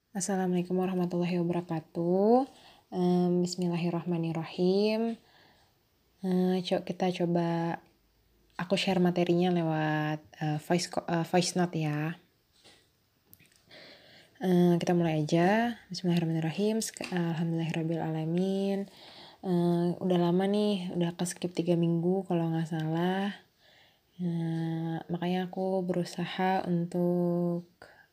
Assalamualaikum warahmatullahi wabarakatuh. Bismillahirrahmanirrahim. Kita coba aku share materinya lewat voice note ya. Kita mulai aja. Bismillahirrahmanirrahim. Alhamdulillahirrabbilalamin. Udah lama nih, udah skip 3 minggu kalau nggak salah. Makanya aku berusaha untuk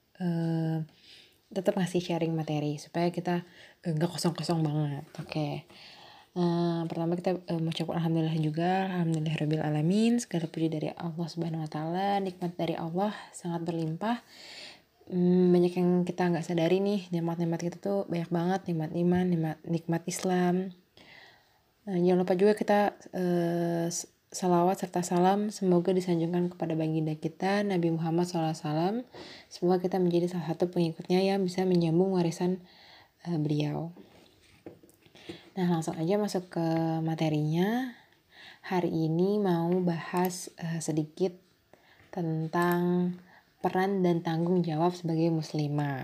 tetap ngasih sharing materi supaya kita nggak kosong-kosong banget. Oke. Pertama kita mengucapkan alhamdulillah juga, alhamdulillahirabbil segala puji dari Allah Subhanahu wa taala, nikmat dari Allah sangat berlimpah. Banyak yang kita nggak sadari nih, nikmat-nikmat kita tuh banyak banget, nikmat iman, nikmat Islam. Jangan lupa juga kita salawat serta salam semoga disanjungkan kepada baginda kita Nabi Muhammad SAW. Semoga kita menjadi salah satu pengikutnya yang bisa menyambung warisan beliau. Nah, langsung aja masuk ke materinya. Hari ini mau bahas sedikit tentang peran dan tanggung jawab sebagai muslimah.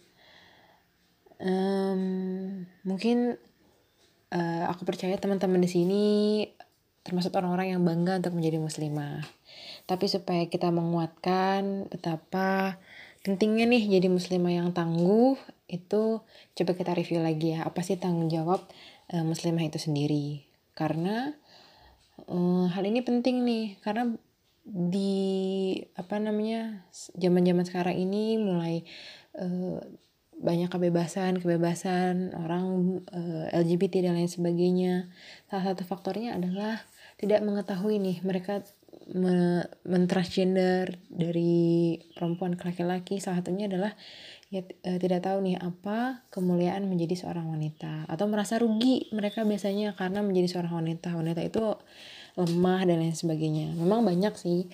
Mungkin aku percaya teman-teman di sini termasuk orang-orang yang bangga untuk menjadi muslimah. Tapi supaya kita menguatkan betapa pentingnya nih jadi muslimah yang tangguh, itu coba kita review lagi ya. Apa sih tanggung jawab muslimah itu sendiri? Karena hal ini penting nih, karena di zaman-zaman sekarang ini mulai banyak kebebasan orang LGBT dan lain sebagainya. Salah satu faktornya adalah tidak mengetahui nih mereka mentransgender dari perempuan ke laki-laki. Salah satunya adalah tidak tahu nih apa kemuliaan menjadi seorang wanita, atau merasa rugi mereka biasanya karena menjadi seorang wanita itu lemah dan lain sebagainya. Memang banyak sih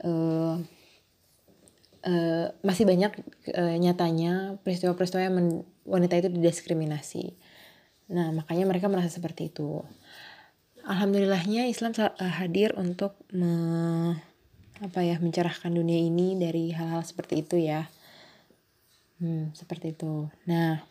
masih banyak nyatanya peristiwa-peristiwa yang wanita itu didiskriminasi. Nah, makanya mereka merasa seperti itu. Alhamdulillahnya Islam hadir untuk mencerahkan dunia ini dari hal-hal seperti itu ya. Seperti itu. Nah,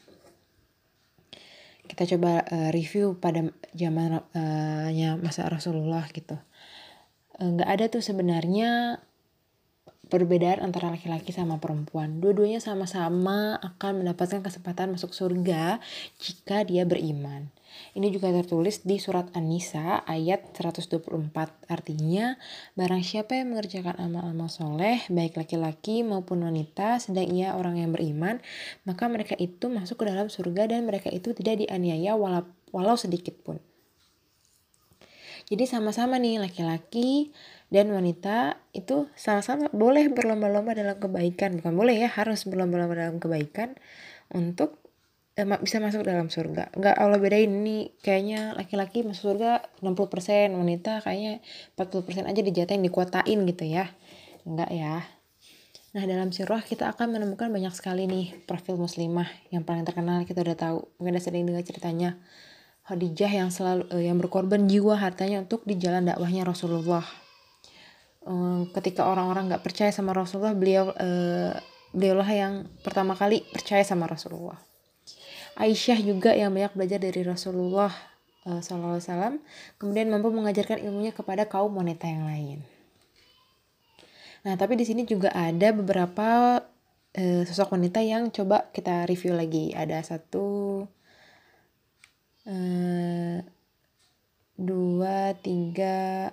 kita coba review pada zamannya masa Rasulullah gitu. Nggak ada tuh sebenarnya perbedaan antara laki-laki sama perempuan. Dua-duanya sama-sama akan mendapatkan kesempatan masuk surga jika dia beriman. Ini juga tertulis di surat An-Nisa ayat 124. Artinya, barang siapa yang mengerjakan amal-amal soleh, baik laki-laki maupun wanita, sedang ia orang yang beriman, maka mereka itu masuk ke dalam surga dan mereka itu tidak dianiaya walau sedikit pun. Jadi sama-sama nih laki-laki dan wanita itu sama-sama boleh berlomba-lomba dalam kebaikan. Bukan boleh ya, harus berlomba-lomba dalam kebaikan untuk bisa masuk dalam surga. Enggak Allah bedain nih, kayaknya laki-laki masuk surga 60%, wanita kayaknya 40% aja dijatahin, dikuotain gitu ya. Enggak ya. Nah, dalam sirah kita akan menemukan banyak sekali nih profil muslimah. Yang paling terkenal kita udah tahu, mungkin udah sering dengar ceritanya Khadijah yang selalu yang berkorban jiwa hartanya untuk di jalan dakwahnya Rasulullah. Ketika orang-orang nggak percaya sama Rasulullah, beliaulah yang pertama kali percaya sama Rasulullah. Aisyah juga yang banyak belajar dari Rasulullah SAW, kemudian mampu mengajarkan ilmunya kepada kaum wanita yang lain. Nah, tapi di sini juga ada beberapa sosok wanita yang coba kita review lagi. Ada 1, 2, 3,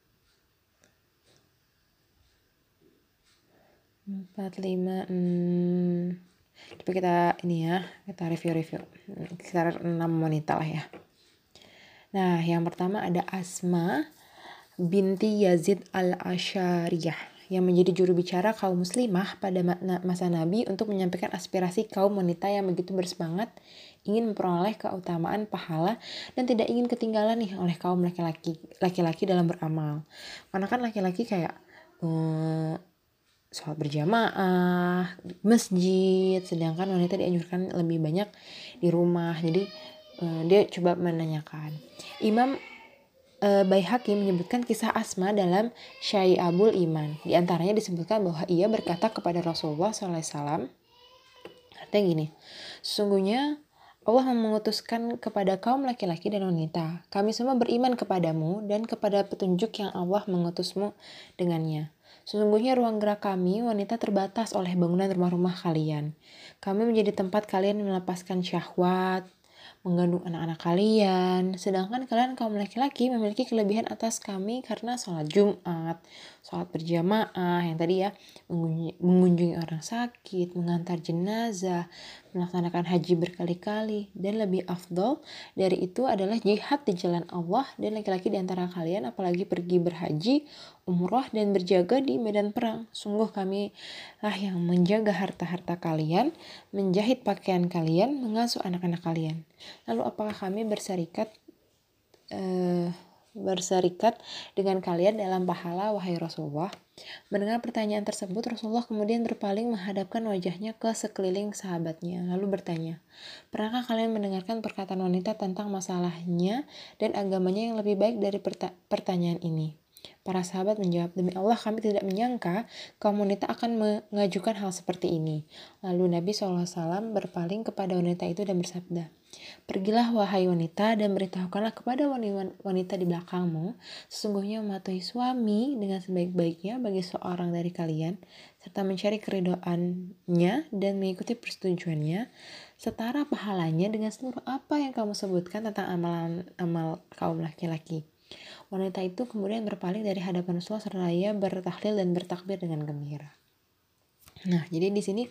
4, 5, Coba kita kita review sekitar 6 wanita lah ya. Nah, yang pertama ada Asma binti Yazid al-Asyariyah yang menjadi juru bicara kaum muslimah pada masa Nabi untuk menyampaikan aspirasi kaum wanita yang begitu bersemangat ingin memperoleh keutamaan pahala dan tidak ingin ketinggalan nih oleh kaum laki-laki dalam beramal. Karena kan laki-laki kayak sholat berjamaah, masjid, sedangkan wanita dianjurkan lebih banyak di rumah. Jadi dia coba menanyakan. Imam Baihaqi menyebutkan kisah Asma dalam Syi'abul Iman. Di antaranya disebutkan bahwa ia berkata kepada Rasulullah SAW, Katanya gini, sesungguhnya Allah mengutuskan kepada kaum laki-laki dan wanita. Kami semua beriman kepadamu dan kepada petunjuk yang Allah mengutusmu dengannya. Sesungguhnya ruang gerak kami wanita terbatas oleh bangunan rumah-rumah kalian. Kami menjadi tempat kalian melepaskan syahwat, mengandung anak-anak kalian. Sedangkan kalian kaum laki-laki memiliki kelebihan atas kami karena sholat Jumat, sholat berjamaah yang tadi ya, mengunjungi orang sakit, mengantar jenazah, melaksanakan haji berkali-kali, dan lebih afdol dari itu adalah jihad di jalan Allah, dan laki-laki di antara kalian apalagi pergi berhaji, umroh, dan berjaga di medan perang. Sungguh kami lah yang menjaga harta-harta kalian, menjahit pakaian kalian, mengasuh anak-anak kalian. Lalu apakah kami berserikat dengan kalian dalam pahala, wahai Rasulullah? Mendengar pertanyaan tersebut, Rasulullah kemudian berpaling menghadapkan wajahnya ke sekeliling sahabatnya, lalu bertanya, pernahkah kalian mendengarkan perkataan wanita tentang masalahnya dan agamanya yang lebih baik dari pertanyaan ini? Para sahabat menjawab, demi Allah kami tidak menyangka kaum wanita akan mengajukan hal seperti ini. Lalu Nabi SAW berpaling kepada wanita itu dan bersabda, pergilah wahai wanita dan beritahukanlah kepada wanita di belakangmu, sesungguhnya mematuhi suami dengan sebaik-baiknya bagi seorang dari kalian, serta mencari keridoannya dan mengikuti persetujuannya, setara pahalanya dengan seluruh apa yang kamu sebutkan tentang amal kaum laki-laki. Wanita itu kemudian berpaling dari hadapan Rasulullah seraya bertahlil dan bertakbir dengan gembira. Nah, jadi di sini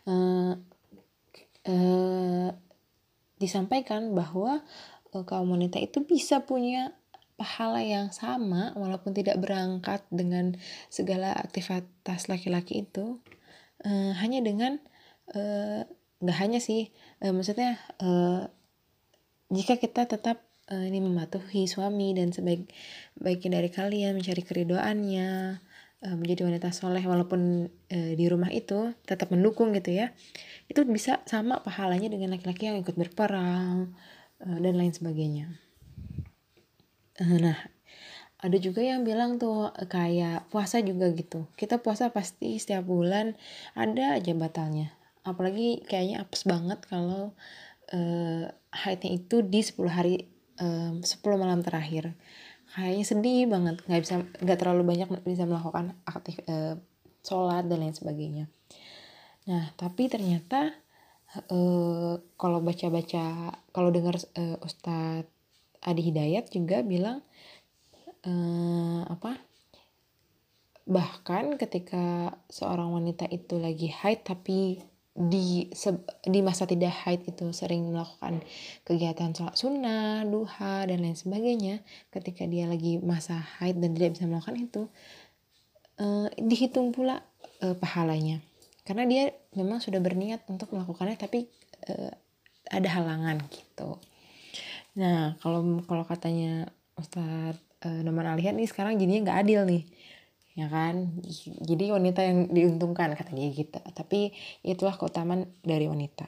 disampaikan bahwa kaum wanita itu bisa punya pahala yang sama walaupun tidak berangkat dengan segala aktivitas laki-laki itu, hanya dengan nggak hanya sih, maksudnya jika kita tetap ini mematuhi suami dan sebaik-baiknya dari kalian, mencari keridoannya, menjadi wanita soleh walaupun di rumah itu tetap mendukung gitu ya, itu bisa sama pahalanya dengan laki-laki yang ikut berperang dan lain sebagainya. Nah, ada juga yang bilang tuh kayak puasa juga gitu, kita puasa pasti setiap bulan ada aja batalnya, apalagi kayaknya apes banget kalau haidnya itu di 10 hari 10 malam terakhir. Kayaknya sedih banget, nggak terlalu banyak bisa melakukan sholat dan lain sebagainya. Nah, tapi ternyata kalau dengar Ustadz Adi Hidayat juga bilang bahkan ketika seorang wanita itu lagi haid tapi di masa tidak haid itu sering melakukan kegiatan sholat sunnah, duha, dan lain sebagainya, ketika dia lagi masa haid dan tidak bisa melakukan itu, dihitung pula pahalanya, karena dia memang sudah berniat untuk melakukannya tapi ada halangan gitu. Nah, kalau katanya Ustadz Noman Alihan nih sekarang jadinya nggak adil nih, ya kan, jadi wanita yang diuntungkan kata dia gitu, tapi itulah keutamaan dari wanita.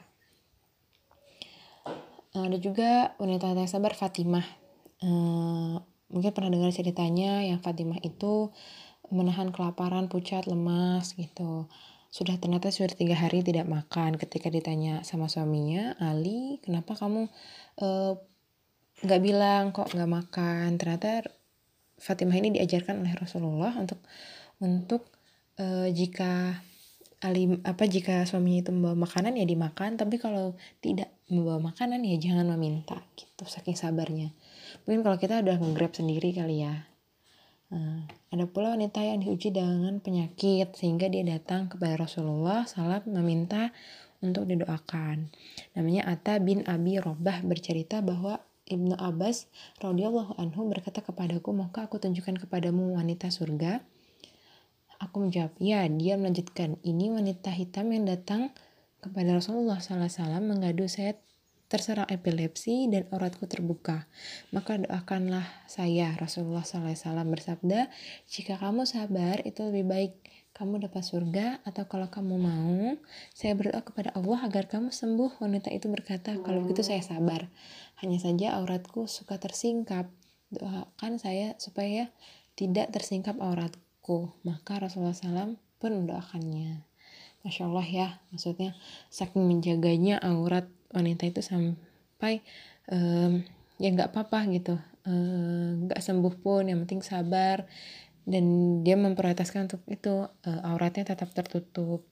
Ada juga wanita yang sabar, Fatimah. Mungkin pernah dengar ceritanya yang Fatimah itu menahan kelaparan, pucat, lemas gitu. Ternyata sudah 3 hari tidak makan. Ketika ditanya sama suaminya, Ali, kenapa kamu gak bilang kok gak makan? Ternyata Fatimah ini diajarkan oleh Rasulullah untuk jika suaminya itu membawa makanan ya dimakan, tapi kalau tidak membawa makanan ya jangan meminta gitu, saking sabarnya. Mungkin kalau kita udah nge-grab sendiri kali ya. Ada pula wanita yang diuji dengan penyakit sehingga dia datang kepada Rasulullah SAW meminta untuk didoakan. Namanya Atta bin Abi Robah bercerita bahwa Ibnu Abbas radhiyallahu anhu berkata kepadaku, maka aku tunjukkan kepadamu wanita surga. Aku menjawab, ya. Dia melanjutkan, ini wanita hitam yang datang kepada Rasulullah SAW mengadu saya terserang epilepsi dan auratku terbuka. Maka doakanlah saya. Rasulullah SAW bersabda, jika kamu sabar itu lebih baik kamu dapat surga, atau kalau kamu mau saya berdoa kepada Allah agar kamu sembuh. Wanita itu berkata, kalau begitu saya sabar, hanya saja auratku suka tersingkap, doakan saya supaya tidak tersingkap auratku. Maka Rasulullah SAW pun mendoakannya. Masya Allah ya, maksudnya saking menjaganya aurat wanita itu sampai ya nggak apa-apa gitu, nggak sembuh pun yang penting sabar, dan dia memprioritaskan untuk itu, auratnya tetap tertutup.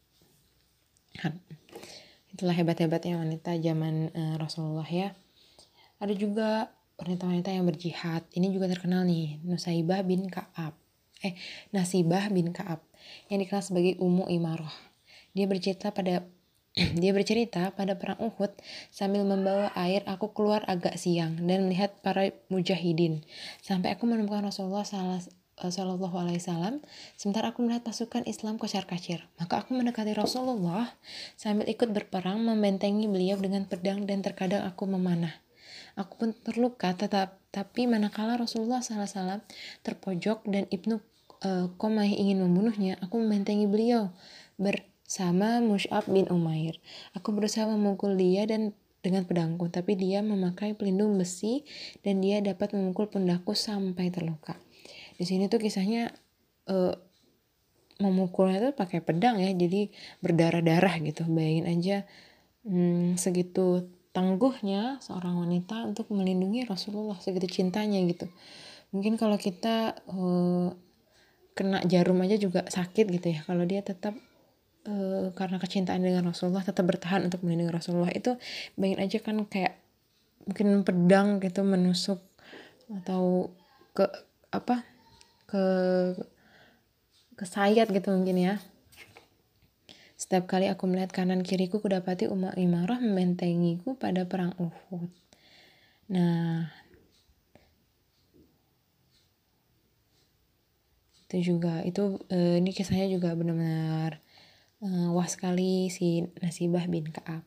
Itulah hebat-hebatnya wanita zaman Rasulullah ya. Ada juga wanita-wanita yang berjihad. Ini juga terkenal nih, Nasibah bin Ka'ab yang dikenal sebagai Ummu Imarah. Dia bercerita pada perang Uhud, sambil membawa air aku keluar agak siang dan melihat para mujahidin sampai aku menemukan Rasulullah Sallallahu Alaihi Wasallam. Sementara aku melihat pasukan Islam kocar-kacir, maka aku mendekati Rasulullah sambil ikut berperang membentengi beliau dengan pedang, dan terkadang aku memanah. Aku pun terluka, tapi manakala Rasulullah SAW terpojok dan Ibnu Qomah ingin membunuhnya, aku membentengi beliau bersama Mus'ab bin Umair. Aku berusaha memukul dia dan dengan pedangku, tapi dia memakai pelindung besi dan dia dapat memukul pundakku sampai terluka. Di sini tuh kisahnya memukulnya tuh pakai pedang ya, jadi berdarah-darah gitu. Bayangin aja segitu tangguhnya seorang wanita untuk melindungi Rasulullah, segitu cintanya gitu. Mungkin kalau kita kena jarum aja juga sakit gitu ya, kalau dia tetap karena kecintaan dengan Rasulullah tetap bertahan untuk melindungi Rasulullah. Itu bayangin aja kan, kayak mungkin pedang gitu menusuk atau ke sayat gitu mungkin ya. Setiap kali aku melihat kanan kiriku, kudapati Ummu Imarah membentengiku pada perang Uhud. Nah, ini kisahnya juga benar-benar wah sekali si Nasibah bin Ka'ab.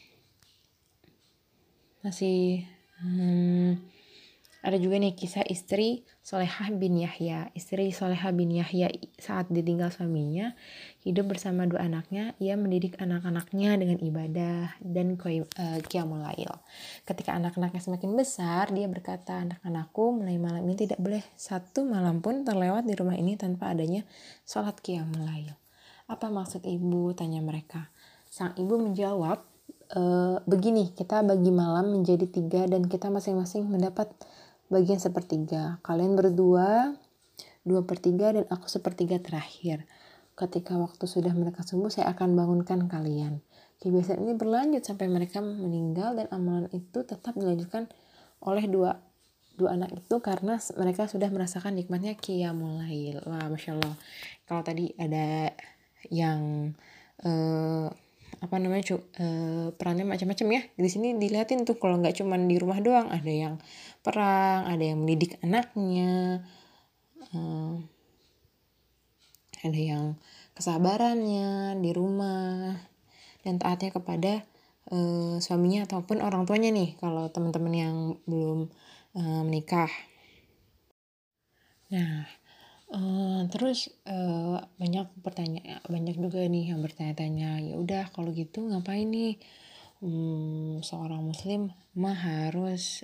Masih ada juga nih kisah istri Solehah bin Yahya. Istri Solehah bin Yahya saat ditinggal suaminya, hidup bersama 2 anaknya. Ia mendidik anak-anaknya dengan ibadah dan qiyamul lail. Ketika anak-anaknya semakin besar, dia berkata, anak-anakku, mulai malam ini tidak boleh satu malam pun terlewat di rumah ini tanpa adanya sholat qiyamul lail. Apa maksud ibu? Tanya mereka. Sang ibu menjawab, begini, kita bagi malam menjadi 3 dan kita masing-masing mendapat bagian 1/3. Kalian berdua 2/3 dan aku 1/3 terakhir. Ketika waktu sudah mendekat subuh, saya akan bangunkan kalian. Kebiasaan ini berlanjut sampai mereka meninggal, dan amalan itu tetap dilanjutkan oleh dua anak itu karena mereka sudah merasakan nikmatnya qiyamul lail. Wah, Masya Allah. Kalau tadi ada yang perannya macam-macam ya, di sini dilihatin tuh kalau nggak cuma di rumah doang, ada yang perang, ada yang mendidik anaknya, ada yang kesabarannya di rumah dan taatnya kepada suaminya ataupun orang tuanya nih kalau teman-teman yang belum menikah. Nah, terus banyak juga nih yang bertanya-tanya, ya udah kalau gitu ngapain nih seorang muslim mah harus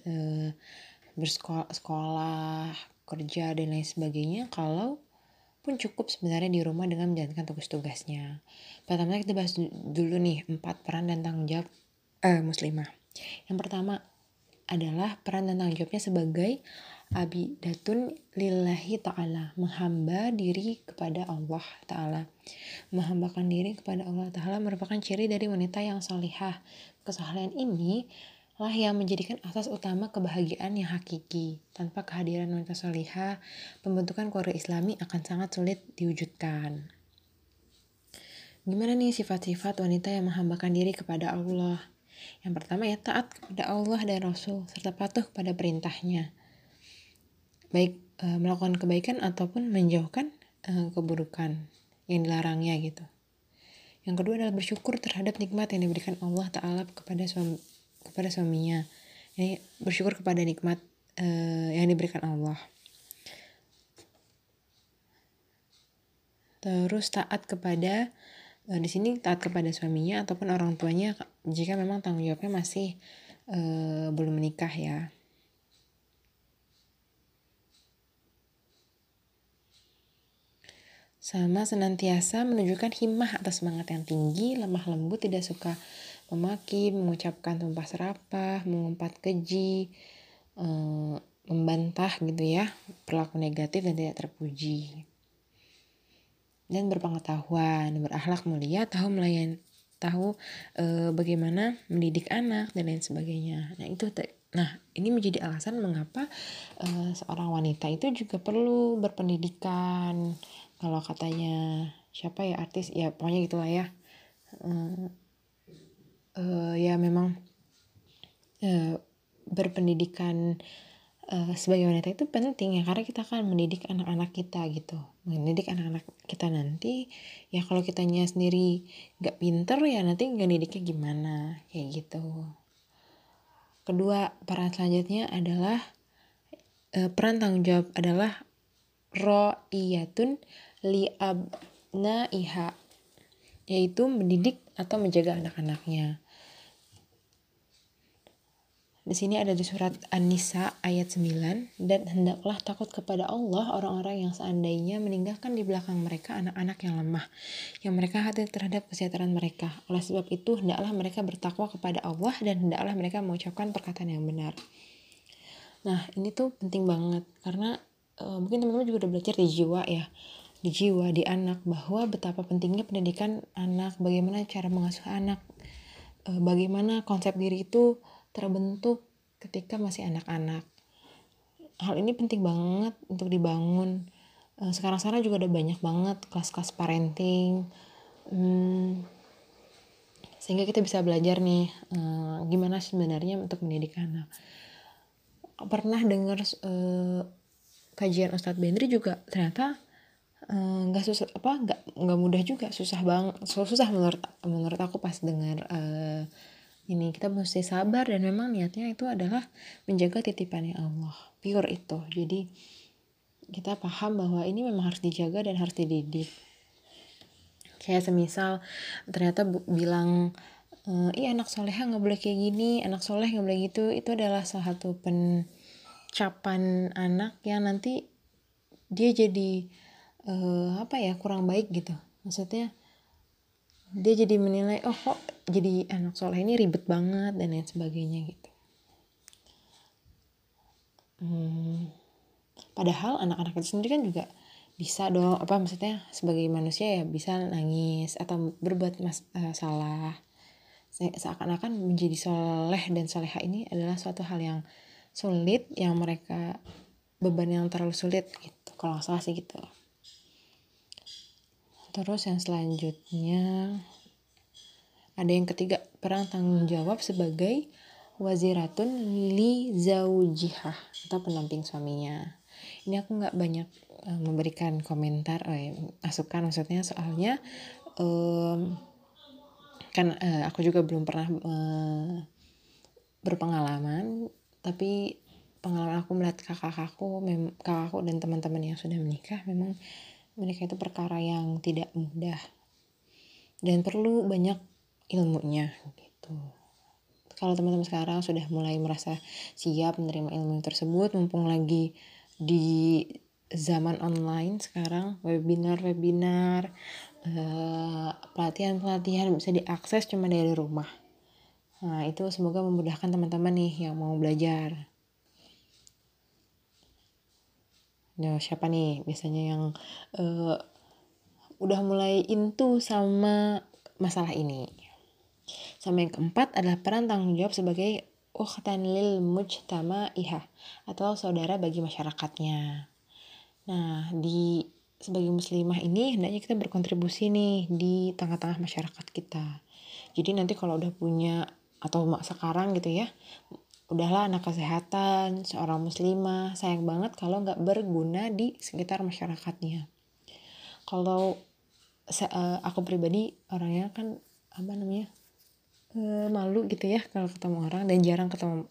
bersekolah, kerja dan lain sebagainya, kalau pun cukup sebenarnya di rumah dengan menjalankan tugas-tugasnya. Pertama kita bahas dulu nih 4 peran dan tanggung jawab muslimah. Yang pertama adalah peran dan tanggung jawabnya sebagai abidatun lillahi ta'ala, menghamba diri kepada Allah ta'ala. Menghambakan diri kepada Allah ta'ala merupakan ciri dari wanita yang salihah. Kesalehan ini lah yang menjadikan asas utama kebahagiaan yang hakiki. Tanpa kehadiran wanita salihah, pembentukan keluarga Islami akan sangat sulit diwujudkan. Gimana nih sifat-sifat wanita yang menghambakan diri kepada Allah? Yang pertama ya, taat kepada Allah dan Rasul serta patuh kepada perintahnya, baik melakukan kebaikan ataupun menjauhkan keburukan yang dilarangnya gitu. Yang kedua adalah bersyukur terhadap nikmat yang diberikan Allah Ta'ala kepada suaminya. Jadi bersyukur kepada nikmat yang diberikan Allah. Terus taat kepada di sini taat kepada suaminya ataupun orang tuanya jika memang tanggung jawabnya masih belum menikah ya. sama senantiasa menunjukkan himmah atau semangat yang tinggi, lemah lembut, tidak suka memaki, mengucapkan tumpah serapah, mengumpat keji, membantah gitu ya, perilaku negatif dan tidak terpuji. Dan berpengetahuan, berakhlak mulia, tahu bagaimana mendidik anak dan lain sebagainya. Nah ini menjadi alasan mengapa seorang wanita itu juga perlu berpendidikan. Kalau katanya siapa ya, artis ya, pokoknya gitulah ya. Ya memang berpendidikan sebagai wanita itu penting ya, karena kita akan mendidik anak-anak kita gitu. Mendidik anak-anak kita nanti ya, kalau kitanya sendiri gak pinter ya nanti gak didiknya gimana, kayak gitu. Kedua, peran selanjutnya adalah peran tanggung jawab adalah ro'iyatun li'abnaiha, yaitu mendidik atau menjaga anak-anaknya. Di sini ada di surat An-Nisa ayat 9, dan hendaklah takut kepada Allah orang-orang yang seandainya meninggalkan di belakang mereka anak-anak yang lemah, yang mereka khawatir terhadap kesejahteraan mereka. Oleh sebab itu hendaklah mereka bertakwa kepada Allah dan hendaklah mereka mengucapkan perkataan yang benar. Nah ini tuh penting banget, karena mungkin teman-teman juga udah belajar di jiwa ya, di anak, bahwa betapa pentingnya pendidikan anak, bagaimana cara mengasuh anak, bagaimana konsep diri itu terbentuk ketika masih anak-anak. Hal ini penting banget untuk dibangun. Sekarang juga ada banyak banget kelas-kelas parenting, sehingga kita bisa belajar nih gimana sebenarnya untuk mendidik anak. Pernah dengar kajian Ustadz Bendri juga, ternyata nggak mudah juga, susah menurut aku pas dengar ini. Kita mesti sabar, dan memang niatnya itu adalah menjaga titipannya Allah, pure itu. Jadi kita paham bahwa ini memang harus dijaga dan harus dididik. Kayak semisal ternyata bilang anak soleha nggak boleh kayak gini, anak soleh nggak boleh gitu, itu adalah salah satu pencapan anak yang nanti dia jadi kurang baik gitu. Maksudnya dia jadi menilai, oh kok jadi anak soleh ini ribet banget dan lain sebagainya gitu. Padahal anak-anak itu sendiri kan juga bisa dong, maksudnya sebagai manusia ya bisa nangis atau berbuat salah. Seakan-akan menjadi soleh dan soleha ini adalah suatu hal yang sulit, yang mereka beban yang terlalu sulit gitu, kalau nggak salah sih gitu. Terus yang selanjutnya ada yang ketiga, peran tanggung jawab sebagai waziratun li zaujihah, atau pendamping suaminya. Ini aku nggak banyak memberikan komentar, masukan maksudnya, soalnya kan aku juga belum pernah berpengalaman, tapi pengalaman aku melihat kakakku dan teman-teman yang sudah menikah, memang menikah itu perkara yang tidak mudah dan perlu banyak ilmunya gitu. Kalau teman-teman sekarang sudah mulai merasa siap menerima ilmu tersebut, mumpung lagi di zaman online sekarang, webinar, pelatihan bisa diakses cuma dari rumah. Nah itu semoga memudahkan teman-teman nih yang mau belajar. Nah siapa nih biasanya yang udah mulai into sama masalah ini. Sama yang keempat adalah peran tanggung jawab sebagai ukhtan lil mujtama'ihah, atau saudara bagi masyarakatnya. Nah sebagai muslimah ini hendaknya kita berkontribusi nih di tengah-tengah masyarakat kita. Jadi nanti kalau udah punya, atau sekarang gitu ya, udahlah anak kesehatan, seorang muslimah, sayang banget kalau gak berguna di sekitar masyarakatnya. Kalau aku pribadi orangnya kan malu gitu ya kalau ketemu orang, dan jarang ketemu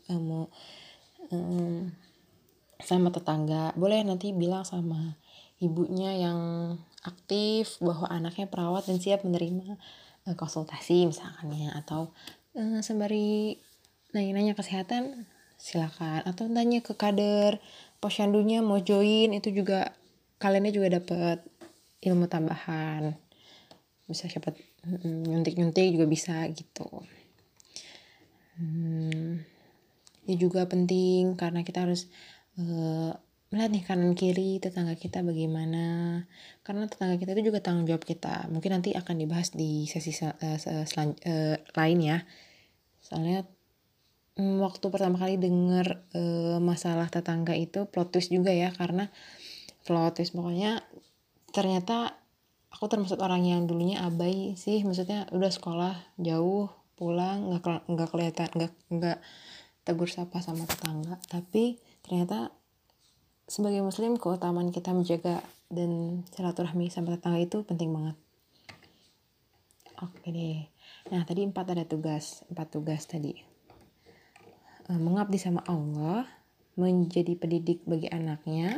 sama tetangga. Boleh nanti bilang sama ibunya yang aktif bahwa anaknya perawat dan siap menerima konsultasi misalkannya, atau sembari nanya-nanya kesehatan silakan, atau tanya ke kader posyandunya mau join, itu juga kaliannya juga dapat ilmu tambahan, bisa siapa nyuntik-nyuntik juga bisa gitu. Ini juga penting karena kita harus melihat nih kanan kiri tetangga kita bagaimana, karena tetangga kita itu juga tanggung jawab kita. Mungkin nanti akan dibahas di sesi lain ya. Soalnya waktu pertama kali denger masalah tetangga itu plot twist juga ya, karena plot twist pokoknya ternyata aku termasuk orang yang dulunya abai sih, maksudnya udah sekolah jauh pulang nggak kelihatan nggak tegur sapa sama tetangga, tapi ternyata sebagai muslim keutamaan kita menjaga dan silaturahmi sama tetangga itu penting banget. Oke deh. Nah tadi 4 tugas tadi. Mengabdi sama Allah, menjadi pendidik bagi anaknya.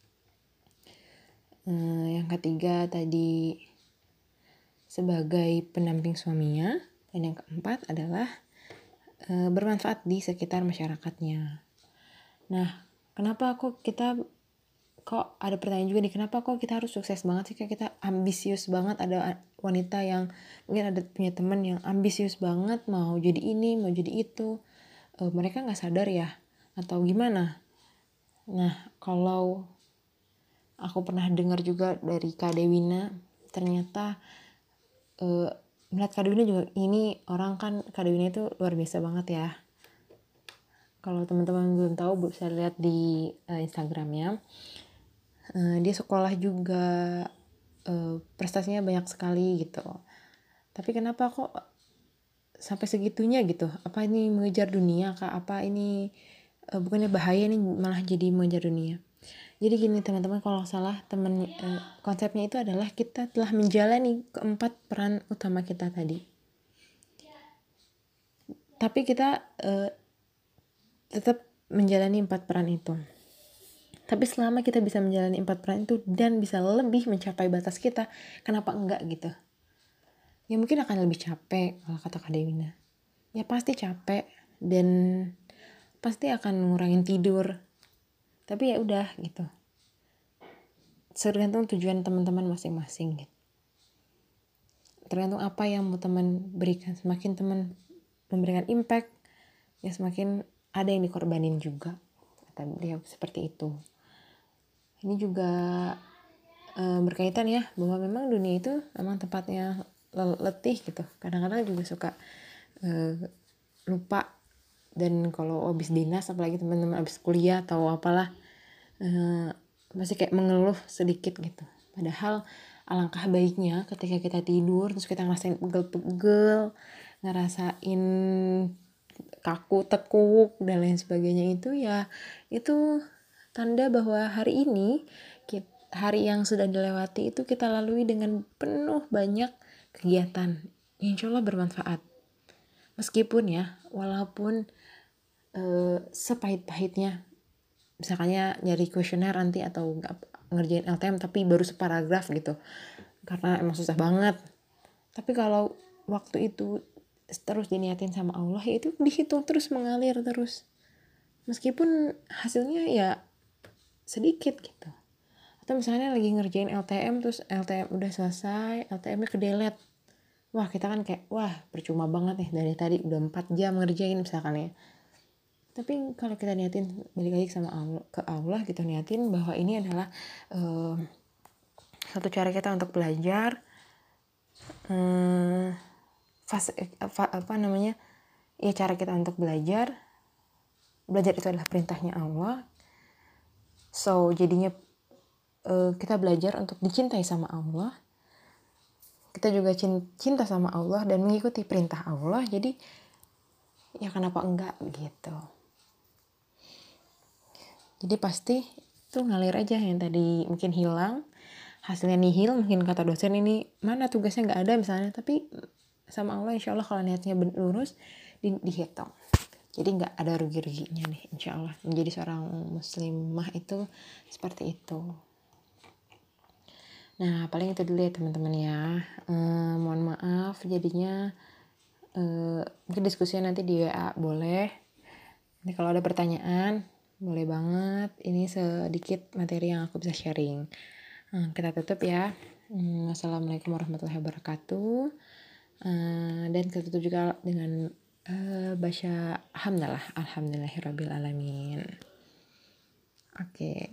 Yang ketiga tadi sebagai pendamping suaminya, dan yang keempat adalah bermanfaat di sekitar masyarakatnya. Nah, kenapa kok ada pertanyaan juga nih, kenapa kok kita harus sukses banget sih, kayak kita ambisius banget. Ada wanita yang mungkin ada punya teman yang ambisius banget, mau jadi ini, mau jadi itu. Mereka nggak sadar ya, atau gimana? Nah, kalau aku pernah dengar juga dari Kak Dewina, ternyata melihat Kak Dewina juga, ini orang kan Kak Dewina itu luar biasa banget ya. Kalau teman-teman belum tahu bisa lihat di Instagramnya. Dia sekolah juga, prestasinya banyak sekali gitu. Tapi kenapa kok sampai segitunya gitu? Apa ini mengejar dunia kah? Apa ini bukannya bahaya nih malah jadi mengejar dunia? Jadi gini teman-teman, kalau salah konsepnya itu adalah kita telah menjalani keempat peran utama kita tadi. Tapi kita tetap menjalani 4 peran itu. Tapi selama kita bisa menjalani 4 peran itu dan bisa lebih mencapai batas kita, kenapa enggak gitu? Ya mungkin akan lebih capek kalau kata Kak Dewina. Ya pasti capek dan pasti akan ngurangin tidur. Tapi ya udah gitu. Tergantung tujuan teman-teman masing-masing gitu. Tergantung apa yang mau teman berikan. Semakin teman memberikan impact, ya semakin ada yang dikorbanin juga. Kata dia seperti itu. Ini juga berkaitan ya, bahwa memang dunia itu memang tempatnya letih gitu. Kadang-kadang juga suka lupa, dan kalau habis dinas, apalagi teman-teman habis kuliah atau apalah, masih kayak mengeluh sedikit gitu. Padahal alangkah baiknya ketika kita tidur terus kita ngerasain pegel-pegel, ngerasain kaku tekuk dan lain sebagainya, itu ya itu tanda bahwa hari ini, hari yang sudah dilewati itu kita lalui dengan penuh banyak kegiatan yang insya Allah bermanfaat. Meskipun ya, walaupun sepahit-pahitnya, misalnya nyari kuesioner nanti atau ngerjain LTM tapi baru separagraf gitu, karena emang susah banget. Tapi kalau waktu itu terus diniatin sama Allah, ya itu dihitung terus, mengalir terus, meskipun hasilnya ya sedikit gitu. Atau misalnya lagi ngerjain LTM, terus LTM udah selesai, LTM-nya ke-delete. Wah, kita kan kayak, wah percuma banget nih, dari tadi udah 4 jam ngerjain misalkan ya. Tapi kalau kita niatin balik lagi sama Allah, ke Allah gitu, niatin bahwa ini adalah satu cara kita untuk belajar, cara kita untuk belajar itu adalah perintahnya Allah. So jadinya kita belajar untuk dicintai sama Allah, kita juga cinta sama Allah dan mengikuti perintah Allah. Jadi ya kenapa enggak gitu. Jadi pasti itu ngalir aja. Yang tadi mungkin hilang, hasilnya nihil, mungkin kata dosen ini mana tugasnya nggak ada misalnya, tapi sama Allah insya Allah kalau niatnya lurus dihitung. Jadi nggak ada rugi-ruginya nih insya Allah. Menjadi seorang muslimah itu seperti itu. Nah paling itu dulu ya teman-teman ya. Mohon maaf jadinya mungkin diskusinya nanti di WA boleh. Nanti kalau ada pertanyaan boleh banget. Ini sedikit materi yang aku bisa sharing. Kita tutup ya. Assalamualaikum warahmatullahi wabarakatuh. Dan kita tutup juga dengan baca hamdalah, alhamdulillahirabbil alamin. Oke.